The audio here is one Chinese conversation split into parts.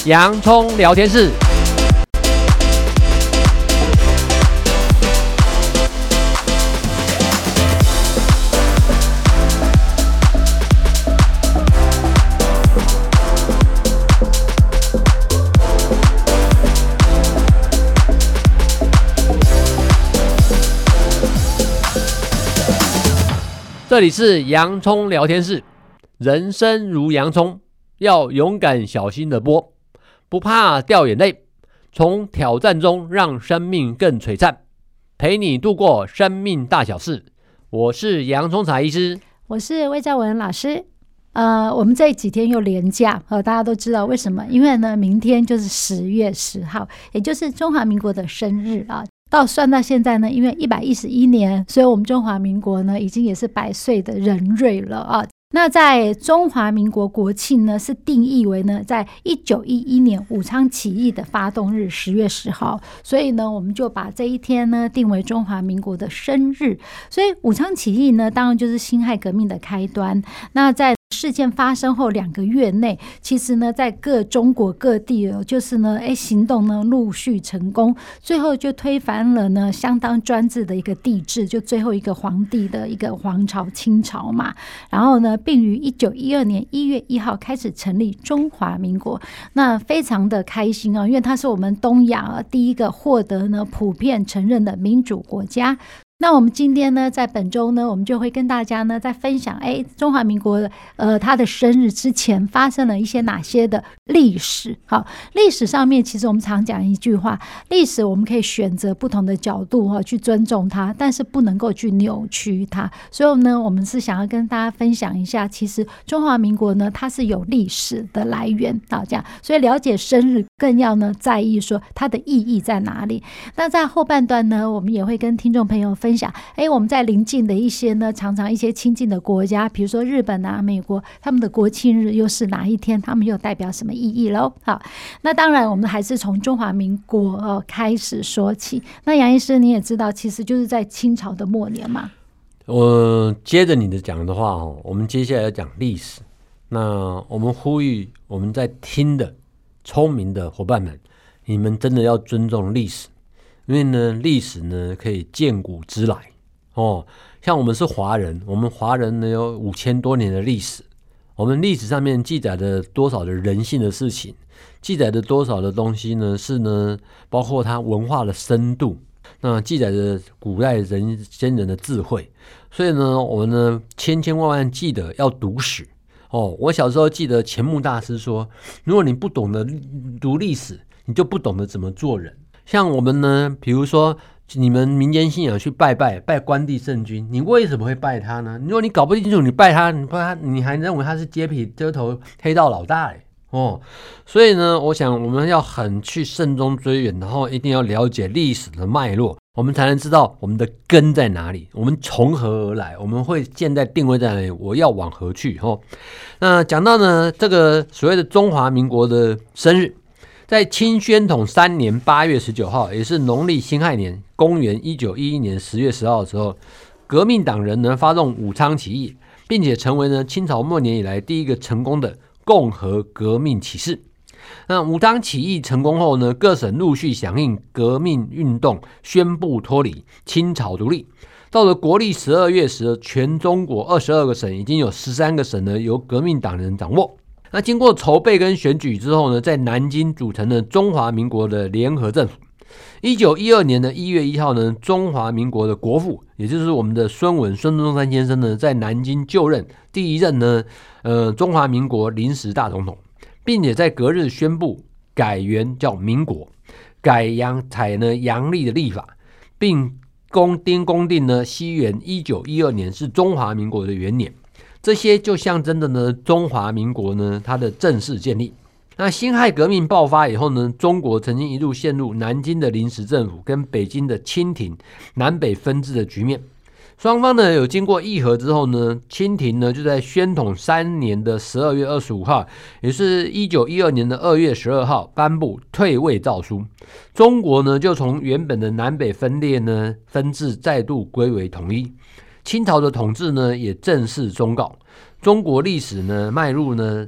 洋葱聊天室。这里是洋葱聊天室，人生如洋葱，要勇敢小心的剥，不怕掉眼泪，从挑战中让生命更璀璨，陪你度过生命大小事。我是洋葱茶医师， 我是魏兆文老师。我们这几天又连假，大家都知道为什么？因为呢，明天就是10月10号，也就是中华民国的生日啊。算到现在呢，因为111年，所以我们中华民国呢，已经也是100岁的人瑞了啊。那在中华民国国庆呢，是定义为呢，在1911年武昌起义的发动日10月10号，所以呢，我们就把这一天呢定为中华民国的生日。所以武昌起义呢，当然就是辛亥革命的开端。那在事件发生后2个月内，其实呢，在中国各地就是呢，行动呢陆续成功，最后就推翻了呢相当专制的一个帝制，就最后一个皇帝的一个皇朝清朝嘛。然后呢，并于1912年1月1号开始成立中华民国。那非常的开心因为它是我们东亚第一个获得呢普遍承认的民主国家。那我们今天呢，在本周呢，我们就会跟大家呢在分享，中华民国它的生日之前发生了一些哪些的历史。好，历史上面其实我们常讲一句话，历史我们可以选择不同的角度去尊重它，但是不能够去扭曲它。所以呢，我们是想要跟大家分享一下，其实中华民国呢，它是有历史的来源这样，所以了解生日更要呢在意说它的意义在哪里。那在后半段呢，我们也会跟听众朋友分享我们在邻近的一些呢，常常一些亲近的国家，比如说日本啊、美国，他们的国庆日又是哪一天，他们又代表什么意义咯。好，那当然我们还是从中华民国开始说起。那杨医师你也知道，其实就是在清朝的末年嘛。 我接着你的讲的话我们接下来要讲历史。那我们呼吁我们在听的聪明的伙伴们，你们真的要尊重历史。因为呢，历史呢可以鉴古知来像我们是华人，我们华人呢有5000多年的历史，我们历史上面记载了多少的人性的事情，记载的多少的东西呢，是呢包括它文化的深度，那记载着古代先人的智慧。所以呢，我们呢千万记得要读史我小时候记得钱穆大师说，如果你不懂得读历史，你就不懂得怎么做人。像我们呢，比如说你们民间信仰去拜关帝圣君，你为什么会拜他呢？如果你搞不清楚，你拜他，你还认为他是揭皮遮头黑道老大所以呢，我想我们要很去慎终追远，然后一定要了解历史的脉络，我们才能知道我们的根在哪里，我们从何而来，我们会现在定位在哪里，我要往何去那讲到呢，这个所谓的中华民国的生日，在清宣统3年8月19号，也是农历辛亥年，公元1911年10月10号的时候，革命党人呢发动武昌起义，并且成为呢清朝末年以来第一个成功的共和革命起事。那武昌起义成功后呢，各省陆续响应革命运动，宣布脱离清朝独立。到了国历12月时，全中国22个省已经有13个省呢由革命党人掌握。那经过筹备跟选举之后呢，在南京组成了中华民国的联合政府。1912年的1月1号呢，中华民国的国父，也就是我们的孙中山先生呢，在南京就任第一任呢，中华民国临时大总统，并且在隔日宣布改元叫民国，采呢阳历的历法，并公定呢西元1912年是中华民国的元年。这些就象征的呢，中华民国呢它的正式建立。那辛亥革命爆发以后呢，中国曾经一度陷入南京的临时政府跟北京的清廷南北分治的局面。双方呢有经过议和之后呢，清廷呢就在宣统3年的12月25号，也是1912年的2月12号颁布退位诏书。中国呢就从原本的南北分裂呢分治再度归为统一。清朝的统治呢也正式终告。中国历史呢迈入呢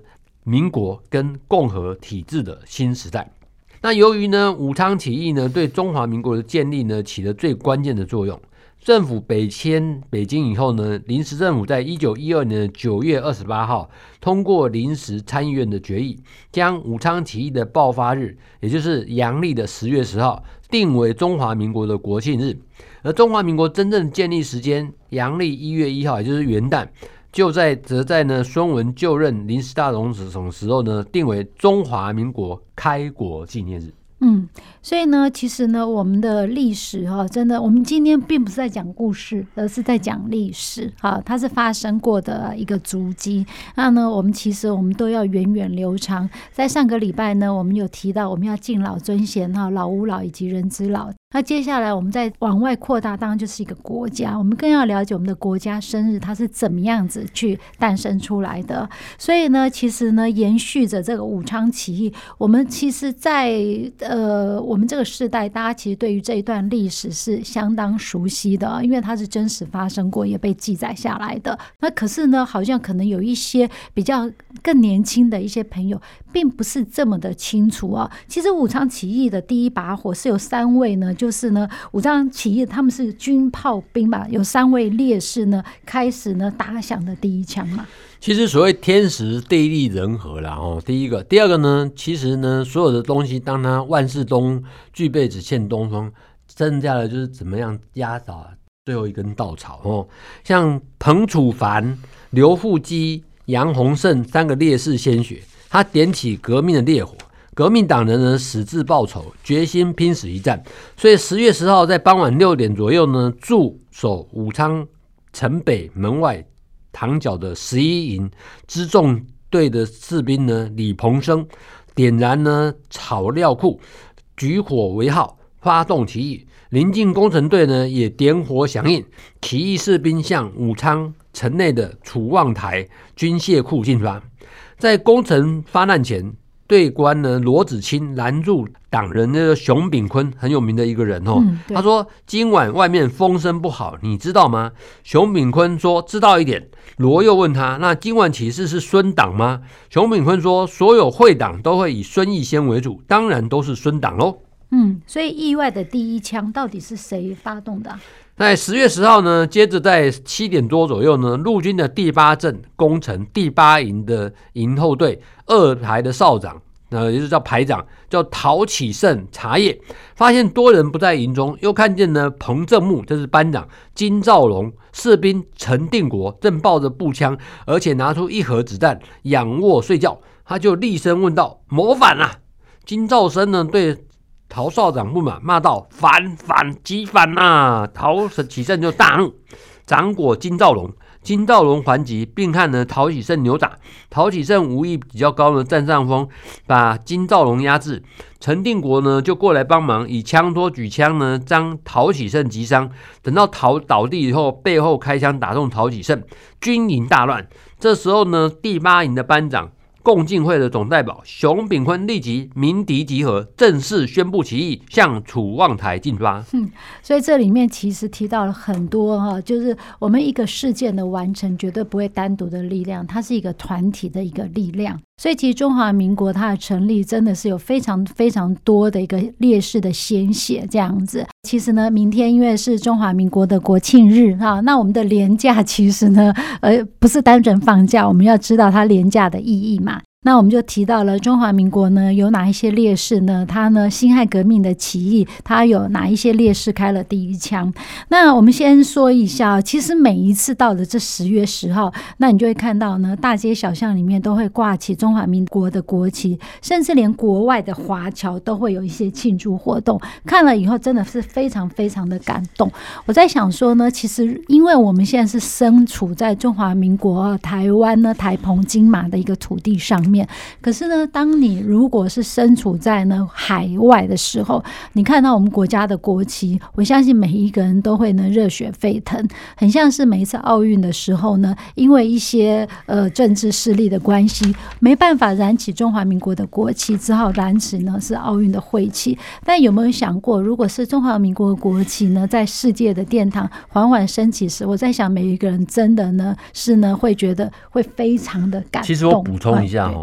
民国跟共和体制的新时代。那由于呢武昌起义呢对中华民国的建立呢起了最关键的作用，政府北迁北京以后呢，临时政府在1912年9月28号通过临时参议院的决议，将武昌起义的爆发日，也就是阳历的10月10号定为中华民国的国庆日。而中华民国真正建立时间阳历1月1号，也就是元旦，则在呢孙文就任临时大总统时候呢，定为中华民国开国纪念日。 所以呢，其实呢，我们的历史真的，我们今天并不是在讲故事，而是在讲历史它是发生过的一个足迹。那呢，我们都要源远流长。在上个礼拜呢，我们有提到我们要敬老尊贤老吾老以及人之老。那接下来我们再往外扩大，当然就是一个国家，我们更要了解我们的国家生日它是怎么样子去诞生出来的。所以呢，其实呢，延续着这个武昌起义，我们其实在我们这个世代，大家其实对于这一段历史是相当熟悉的，因为它是真实发生过，也被记载下来的。那可是呢，好像可能有一些比较更年轻的一些朋友并不是这么的清楚其实武昌起义的第一把火是有3位呢，就是呢武昌起义他们是军炮兵嘛，有3位烈士呢开始呢打响的第一枪嘛。 其实所谓天时地利人和啦第一个，第二个呢，其实呢所有的东西当它万事东具备只欠东风，剩下的就是怎么样压倒最后一根稻草像彭楚凡、刘富基、杨洪胜3个烈士鲜血，他点起革命的烈火，革命党人呢矢志报仇，决心拼死一战。所以10月10号在傍晚6点左右呢，驻守武昌城北门外堂角的11营辎重队的士兵呢，李鹏生点燃呢草料库，举火为号，发动起义。临近工程队呢也点火响应，起义士兵向武昌城内的楚望台军械库进发。在工程发难前，队官呢罗子清拦住党人那个熊炳坤，很有名的一个人他说今晚外面风声不好，你知道吗？熊炳坤说知道一点。罗又问他，那今晚起事是孙党吗？熊炳坤说所有会党都会以孙逸仙为主，当然都是孙党咯。 所以意外的第一枪到底是谁发动的在10月10号呢，接着在7点多左右呢，陆军的第8镇工程第8营的营后队2排的少长也就是叫排长，叫陶启胜查验，发现多人不在营中，又看见呢彭正木，这是班长，金兆龙，士兵陈定国正抱着步枪，而且拿出1盒子弹仰卧睡觉，他就厉声问道：谋反啊！金兆生呢对陶少长不满，骂道：反极反啊！陶启胜就大怒，掌掴金兆龙。金兆龙还击，并和呢陶启胜扭打。陶启胜武艺比较高呢，占上风，把金兆龙压制。陈定国呢就过来帮忙，以枪托举枪呢将陶启胜击伤。等到陶倒地以后，背后开枪打中陶启胜，军营大乱。这时候呢，第8营的班长共进会的总代表熊炳坤立即鸣笛集合，正式宣布起义，向楚望台进发。 所以这里面其实提到了很多就是我们一个事件的完成绝对不会单独的力量，它是一个团体的一个力量。所以其实中华民国它的成立真的是有非常非常多的一个烈士的鲜血这样子。其实呢，明天因为是中华民国的国庆日那我们的连假其实呢不是单纯放假，我们要知道它连假的意义嘛。那我们就提到了中华民国呢有哪一些烈士呢？他呢辛亥革命的起义，他有哪一些烈士开了第一枪？那我们先说一下，其实每一次到了这10月10号，那你就会看到呢，大街小巷里面都会挂起中华民国的国旗，甚至连国外的华侨都会有一些庆祝活动。看了以后真的是非常非常的感动。我在想说呢，其实因为我们现在是身处在中华民国台湾呢台澎金马的一个土地上面，可是呢，当你如果是身处在呢海外的时候，你看到我们国家的国旗，我相信每一个人都会呢热血沸腾，很像是每一次奥运的时候呢，因为一些政治势力的关系，没办法燃起中华民国的国旗，只好燃起呢是奥运的会旗。但有没有想过，如果是中华民国的国旗呢，在世界的殿堂缓缓升起时，我在想每一个人真的呢是呢会觉得会非常的感动。 其实我补充一下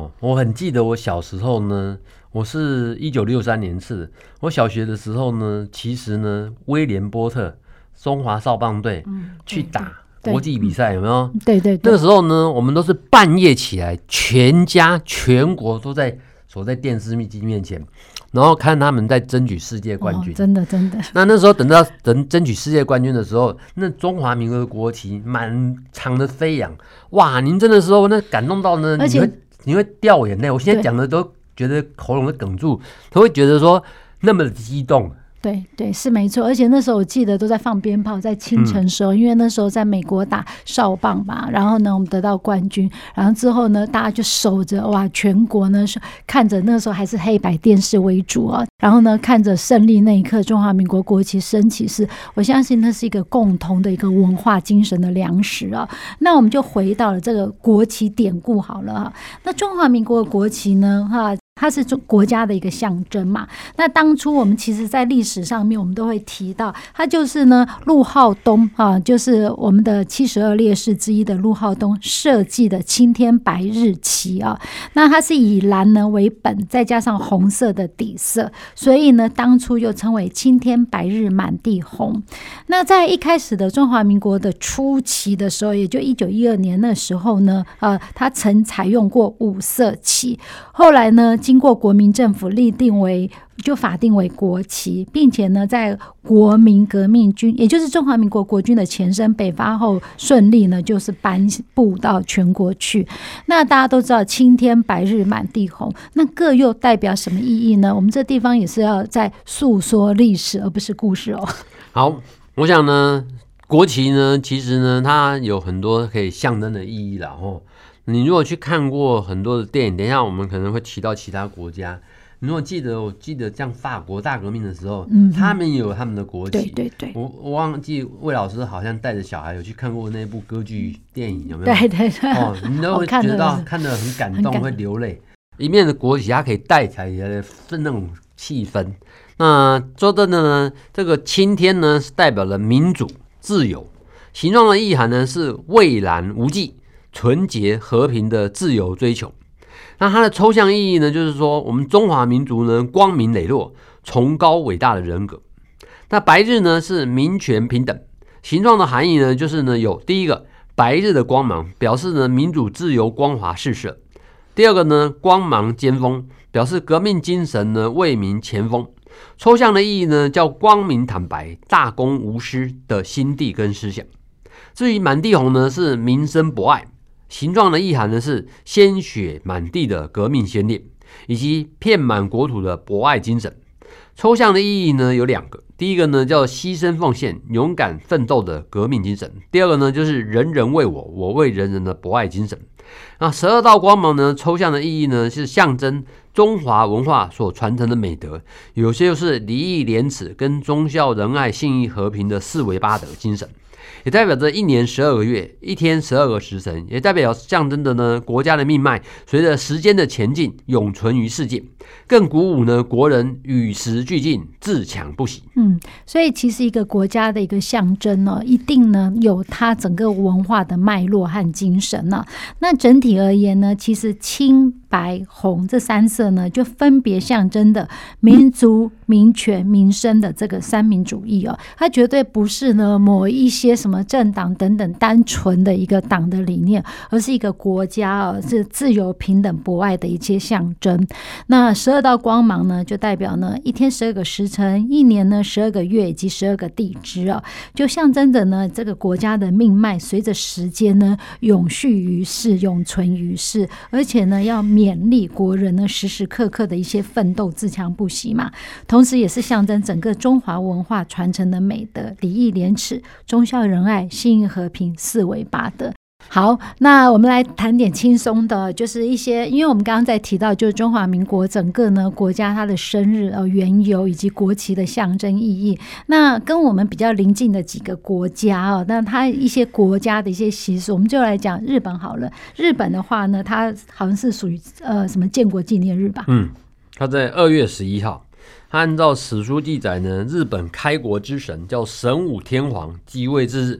我很记得我小时候呢，我是1963年次的，我小学的时候呢，其实呢，威廉波特中华少棒队去打国际比赛，有没有？ 对对对。 那个时候呢，我们都是半夜起来，全家全国都在守在电视机面前，然后看他们在争取世界冠军。 真的真的。 那时候等到争取世界冠军的时候，那中华民国的国旗满场的飞扬，哇！您真的时候那感动到呢，你会掉眼泪。我现在讲的都觉得喉咙都哽住，都会觉得说那么的激动。 对对，是没错。而且那时候我记得都在放鞭炮，在清晨时候，因为那时候在美国打少棒嘛，然后呢我们得到冠军，然后之后呢大家就守着，哇，全国呢看着，那时候还是黑白电视为主啊，然后呢看着胜利那一刻中华民国国旗升起，是我相信那是一个共同的一个文化精神的粮食啊。那我们就回到了这个国旗典故好了哈。那中华民国的国旗呢它是国家的一个象征嘛。那当初我们其实在历史上面我们都会提到，它就是呢陆浩东就是我们的72烈士之一的陆浩东设计的青天白日旗啊。那它是以蓝呢为本，再加上红色的底色，所以呢当初又称为青天白日满地红。那在一开始的中华民国的初期的时候，也就1912年那时候呢它曾采用过5色旗，后来呢经过国民政府就法定为国旗，并且呢在国民革命军，也就是中华民国国军的前身北伐后，顺利呢就是颁布到全国去。那大家都知道青天白日满地红，那各又代表什么意义呢？我们这地方也是要在诉说历史而不是故事哦。 好，我想呢国旗呢其实呢它有很多可以象征的意义啦你如果去看过很多的电影，等一下我们可能会提到其他国家。你如果我记得像法国大革命的时候，他们也有他们的国旗。 对对对。 我忘记魏老师好像带着小孩有去看过那部歌剧电影，有没有？ 对对对。 你都会觉得看得很感动，会流泪。一面的国旗它可以带起来的那种气氛。那说真的呢，这个青天呢是代表了民主自由，形状的意涵呢是蔚蓝无际、纯洁和平的自由追求。那它的抽象意义呢，就是说我们中华民族呢光明磊落、崇高伟大的人格。那白日呢是民权平等，形状的含义呢就是呢有第一个白日的光芒，表示呢民主自由光华四射；第二个呢光芒尖锋，表示革命精神呢为民前锋。抽象的意义呢叫光明坦白、大公无私的心地跟思想。至于满地红呢是民生博爱，形状的意涵呢是鲜血满地的革命先烈，以及遍满国土的博爱精神。抽象的意义呢有2个，第一个呢叫牺牲奉献、勇敢奋斗的革命精神，第二个呢就是人人为我，我为人人的博爱精神。那12道光芒呢，抽象的意义呢是象征中华文化所传承的美德，有些就是礼义廉耻跟忠孝仁爱信义和平的4维8德精神，也代表着1年12个月，1天12个时辰，也代表象征的呢国家的命脉随着时间的前进永存于世界，更鼓舞呢国人与时俱进，自强不息。 所以其实一个国家的一个象征呢，一定呢有它整个文化的脉络和精神呢。那整体而言呢，其实青白红这3色呢，就分别象征的民族、民权、民生的这个三民主义哦。它绝对不是呢某一些什么政党等等单纯的一个党的理念，而是一个国家是自由、平等、博爱的一些象征。那12道光芒呢，就代表呢1天12个时辰，1年呢12个月以及12个地支哦，就象征着呢这个国家的命脉随着时间呢永续于世、永存于世，而且呢要勉励国人呢时时刻刻的一些奋斗、自强不息嘛。同时也是象征整个中华文化传承的美德，礼义廉耻、忠孝仁爱、信义和平4维8德。好，那我们来谈点轻松的，就是一些，因为我们刚刚在提到就是中华民国整个呢国家它的生日缘由以及国旗的象征意义。那跟我们比较邻近的几个国家那它一些国家的一些习俗，我们就来讲日本好了。日本的话呢，它好像是属于什么建国纪念日吧？ 它在2月11号。它按照史书记载呢，日本开国之神叫神武天皇继位之日。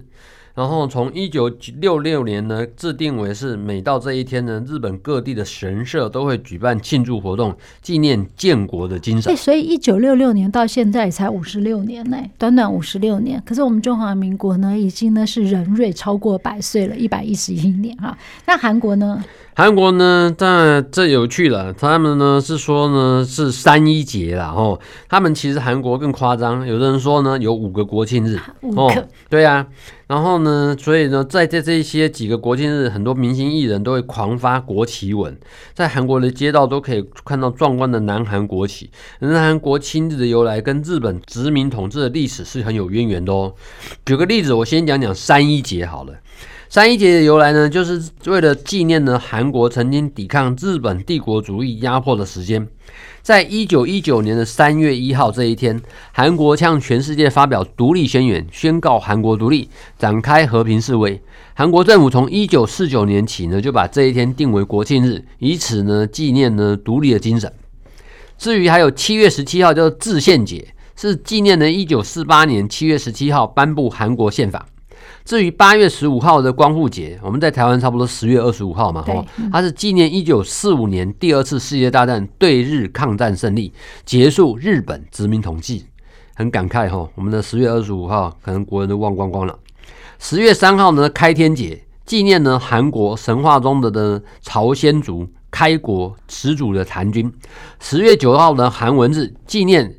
然后从1966年呢制定为是每到这一天呢，日本各地的神社都会举办庆祝活动，纪念建国的精神。 所以1966年到现在才56年呢，短短56年。可是我们中华民国呢，已经呢是人瑞超过100岁了，111年哈。那韩国呢？ 韩国呢，但这有趣了，他们呢是说呢是3·1节啦，他们其实韩国更夸张，有的人说呢有5个国庆日 5个， 对啊，然后呢，所以呢在这些几个国庆日，很多明星艺人都会狂发国旗文，在韩国的街道都可以看到壮观的南韩国旗。南韩国庆日的由来跟日本殖民统治的历史是很有渊源的哦。举个例子，我先讲3·1节好了。3·1节的由来呢，就是为了纪念呢韩国曾经抵抗日本帝国主义压迫的时间。在1919年的3月1号这一天，韩国向全世界发表独立宣言，宣告韩国独立，展开和平示威。韩国政府从1949年起呢，就把这一天定为国庆日，以此呢纪念呢独立的精神。至于还有7月17号叫做制宪节，是纪念呢1948年7月17号颁布韩国宪法。至于8月15号的光复节，我们在台湾差不多10月25号嘛，它是纪念1945年第2次世界大战对日抗战胜利，结束日本殖民统治。很感慨我们的10月25号可能国人都忘光光了。10月3号呢，开天节，纪念呢韩国神话中的朝鲜族开国始祖的韩君。10月9号呢，韩文日，纪念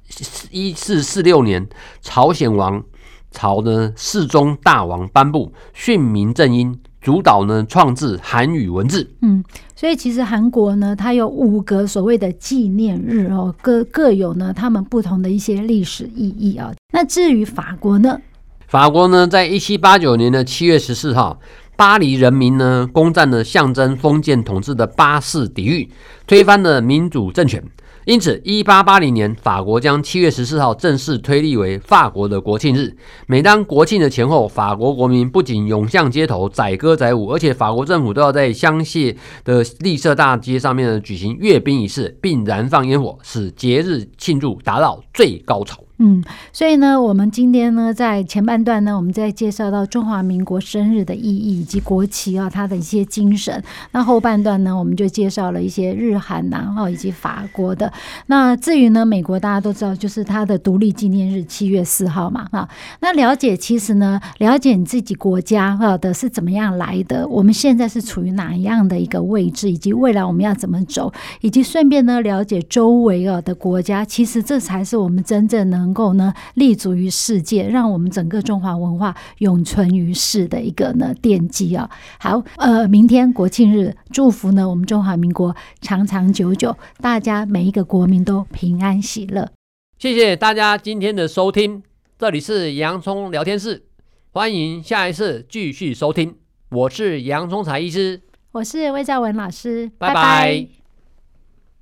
1446年朝鲜王朝呢世宗大王颁布训民正音，主导呢创制韩语文字。 所以其实韩国呢，它有5个所谓的纪念日哦，各有呢他们不同的一些历史意义啊。那至于法国呢？ 法国呢，在1789年的7月14号，巴黎人民呢攻占了象征封建统治的巴士底狱，推翻了民主政权。因此1880年法国将7月14号正式推立为法国的国庆日。每当国庆的前后，法国国民不仅涌向街头载歌载舞，而且法国政府都要在香榭的丽舍大街上面举行阅兵仪式，并燃放烟火，使节日庆祝达到最高潮。 所以呢，我们今天呢，在前半段呢，我们在介绍到中华民国生日的意义以及国旗啊，它的一些精神。那后半段呢，我们就介绍了一些日韩以及法国的。那至于呢，美国大家都知道，就是它的独立纪念日7月4号嘛，那了解其实呢，了解你自己国家的是怎么样来的，我们现在是处于哪样的一个位置，以及未来我们要怎么走，以及顺便呢，了解周围的国家，其实这才是我们真正能够呢立足于世界，让我们整个中华文化永存于世的一个呢奠基啊。好，明天国庆日，祝福呢我们中华民国长长久久，大家每一个国民都平安喜乐。 谢谢大家今天的收听，这里是洋葱聊天室，欢迎下一次继续收听。我是洋葱茶医师， 我是魏兆文老师， 拜拜。